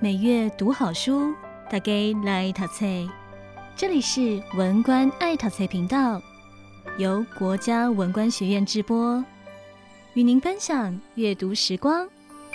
每月读好书，大家来读册。这里是文官爱读册频道，由国家文官学院制播，与您分享阅读时光。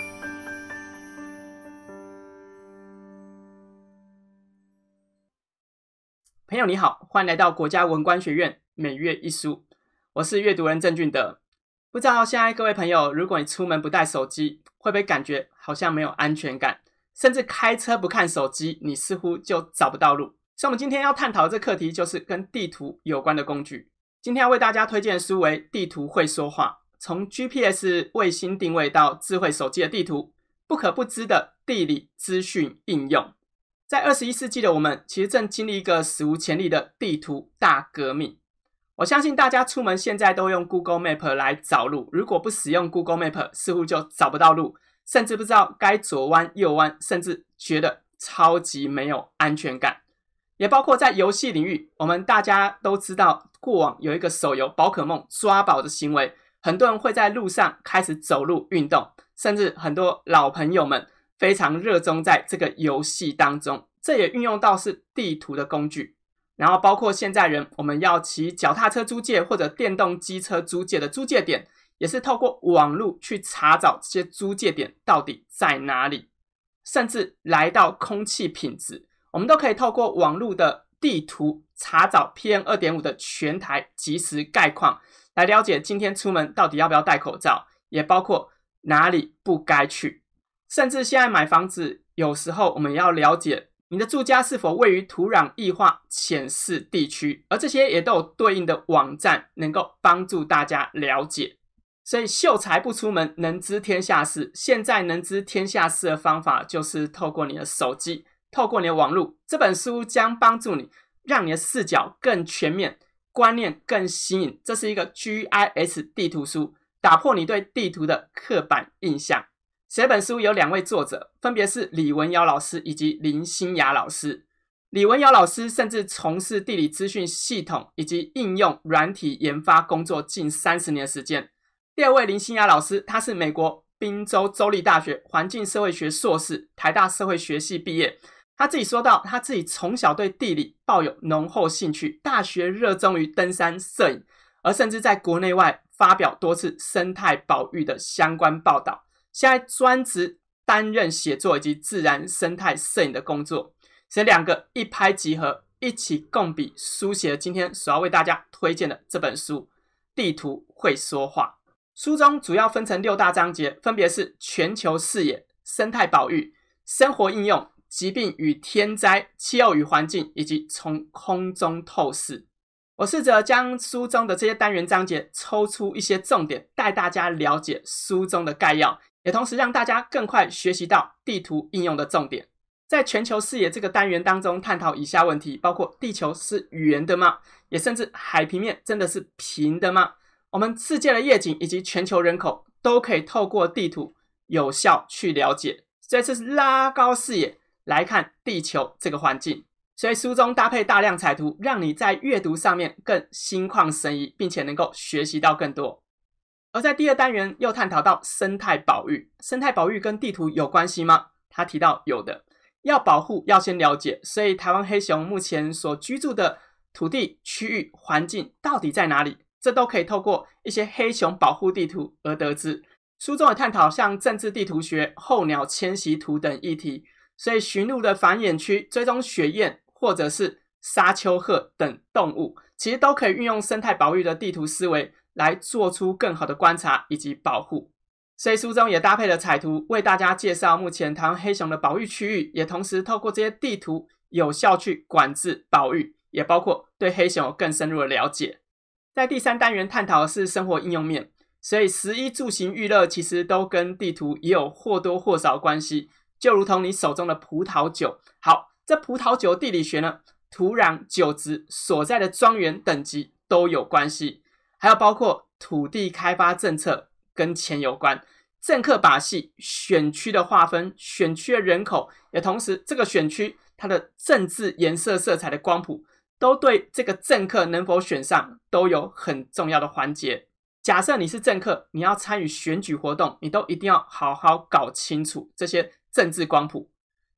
朋友你好，欢迎来到国家文官学院每月一书，我是阅读人郑俊德。不知道现在各位朋友，如果你出门不带手机，会不会感觉好像没有安全感？甚至开车不看手机，你似乎就找不到路。所以我们今天要探讨的这课题就是跟地图有关的工具。今天要为大家推荐的书为《地图会说话》，从 GPS 卫星定位到智慧手机的地图，不可不知的地理资讯应用。在21世纪的我们，其实正经历一个史无前例的地图大革命。我相信大家出门现在都用 Google Map 来找路，如果不使用 Google Map， 似乎就找不到路，甚至不知道该左弯右弯，甚至觉得超级没有安全感。也包括在游戏领域，我们大家都知道过往有一个手游宝可梦抓宝的行为，很多人会在路上开始走路运动，甚至很多老朋友们非常热衷在这个游戏当中，这也运用到是地图的工具。然后包括现在人我们要骑脚踏车租借或者电动机车租借的租借点，也是透过网路去查找这些租借点到底在哪里，甚至来到空气品质，我们都可以透过网路的地图查找 PM2.5 的全台即时概况，来了解今天出门到底要不要戴口罩，也包括哪里不该去。甚至现在买房子，有时候我们要了解你的住家是否位于土壤异化浅势地区，而这些也都有对应的网站能够帮助大家了解。所以秀才不出门，能知天下事。现在能知天下事的方法就是透过你的手机，透过你的网络。这本书将帮助你让你的视角更全面，观念更新颖。这是一个 GIS 地图书，打破你对地图的刻板印象。这本书有2位作者，分别是李文尧老师以及林欣雅老师。李文尧老师甚至从事地理资讯系统以及应用软体研发工作近30年的时间。第2位林欣雅老师，他是美国宾州州立大学环境社会学硕士，台大社会学系毕业。他自己说到，他自己从小对地理抱有浓厚兴趣，大学热衷于登山摄影，而甚至在国内外发表多次生态保育的相关报道。现在专职担任写作以及自然生态摄影的工作，所以2个一拍即合，一起共笔书写了今天所要为大家推荐的这本书《地图会说话》。书中主要分成6大章节，分别是全球视野、生态保育、生活应用、疾病与天灾、气候与环境，以及从空中透视。我试着将书中的这些单元章节抽出一些重点，带大家了解书中的概要，也同时让大家更快学习到地图应用的重点。在全球视野这个单元当中，探讨以下问题，包括地球是圆的吗？也甚至海平面真的是平的吗？我们世界的夜景以及全球人口都可以透过地图有效去了解。这次是拉高视野来看地球这个环境，所以书中搭配大量彩图，让你在阅读上面更心旷神怡，并且能够学习到更多。而在第2单元又探讨到生态保育，生态保育跟地图有关系吗？他提到有的，要保护要先了解，所以台湾黑熊目前所居住的土地、区域、环境到底在哪里，这都可以透过一些黑熊保护地图而得知。书中也探讨像政治地图学、候鸟迁徙图等议题，所以驯鹿的繁衍区、追踪雪燕或者是沙丘鹤等动物，其实都可以运用生态保育的地图思维来做出更好的观察以及保护。所以书中也搭配了彩图，为大家介绍目前台湾黑熊的保育区域，也同时透过这些地图有效去管制保育，也包括对黑熊有更深入的了解。在第3单元探讨的是生活应用面，所以食衣住行娱乐其实都跟地图也有或多或少关系，就如同你手中的葡萄酒。好，这葡萄酒地理学呢，土壤、酒质、所在的庄园等级都有关系，还有包括土地开发政策跟钱有关，政客把戏、选区的划分、选区的人口，也同时这个选区它的政治颜色色彩的光谱，都对这个政客能否选上都有很重要的环节。假设你是政客，你要参与选举活动，你都一定要好好搞清楚这些政治光谱。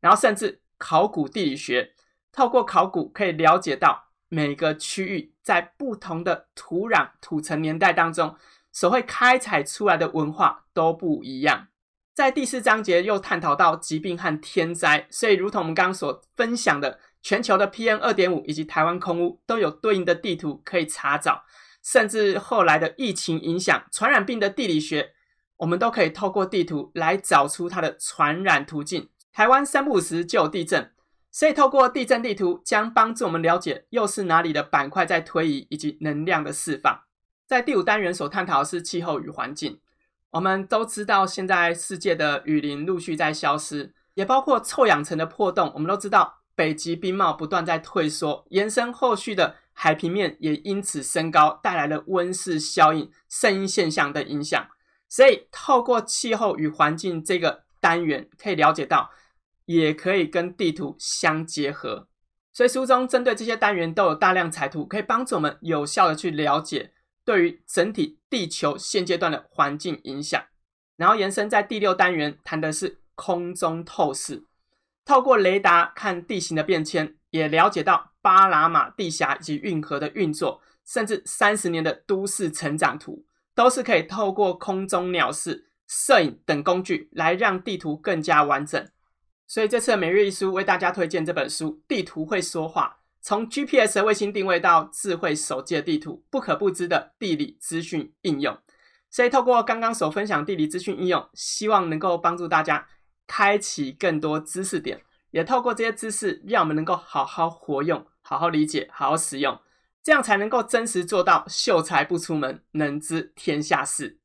然后甚至考古地理学，透过考古可以了解到每个区域在不同的土壤、土层年代当中所会开采出来的文化都不一样。在第4章节又探讨到疾病和天灾，所以如同我们刚刚所分享的，全球的 PM2.5 以及台湾空污都有对应的地图可以查找，甚至后来的疫情影响、传染病的地理学，我们都可以透过地图来找出它的传染途径。台湾3不5时就有地震，所以透过地震地图将帮助我们了解又是哪里的板块在推移以及能量的释放。在第5单元所探讨的是气候与环境。我们都知道现在世界的雨林陆续在消失，也包括臭氧层的破洞，我们都知道北极冰帽不断在退缩，延伸后续的海平面也因此升高，带来了温室效应、圣婴现象的影响。所以透过气候与环境这个单元可以了解到，也可以跟地图相结合。所以书中针对这些单元都有大量彩图，可以帮助我们有效的去了解对于整体地球现阶段的环境影响。然后延伸在第6单元谈的是空中透视，透过雷达看地形的变迁，也了解到巴拿马地峡以及运河的运作，甚至30年的都市成长图，都是可以透过空中鸟视、摄影等工具来让地图更加完整。所以这次的每月一书为大家推荐这本书《地图会说话》，从 GPS 的卫星定位到智慧手机的地图，不可不知的地理资讯应用。所以透过刚刚所分享地理资讯应用，希望能够帮助大家开启更多知识点，也透过这些知识让我们能够好好活用、好好理解、好好使用，这样才能够真实做到秀才不出门，能知天下事。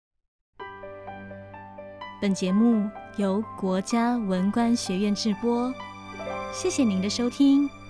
本节目由国家文官学院制播，谢谢您的收听。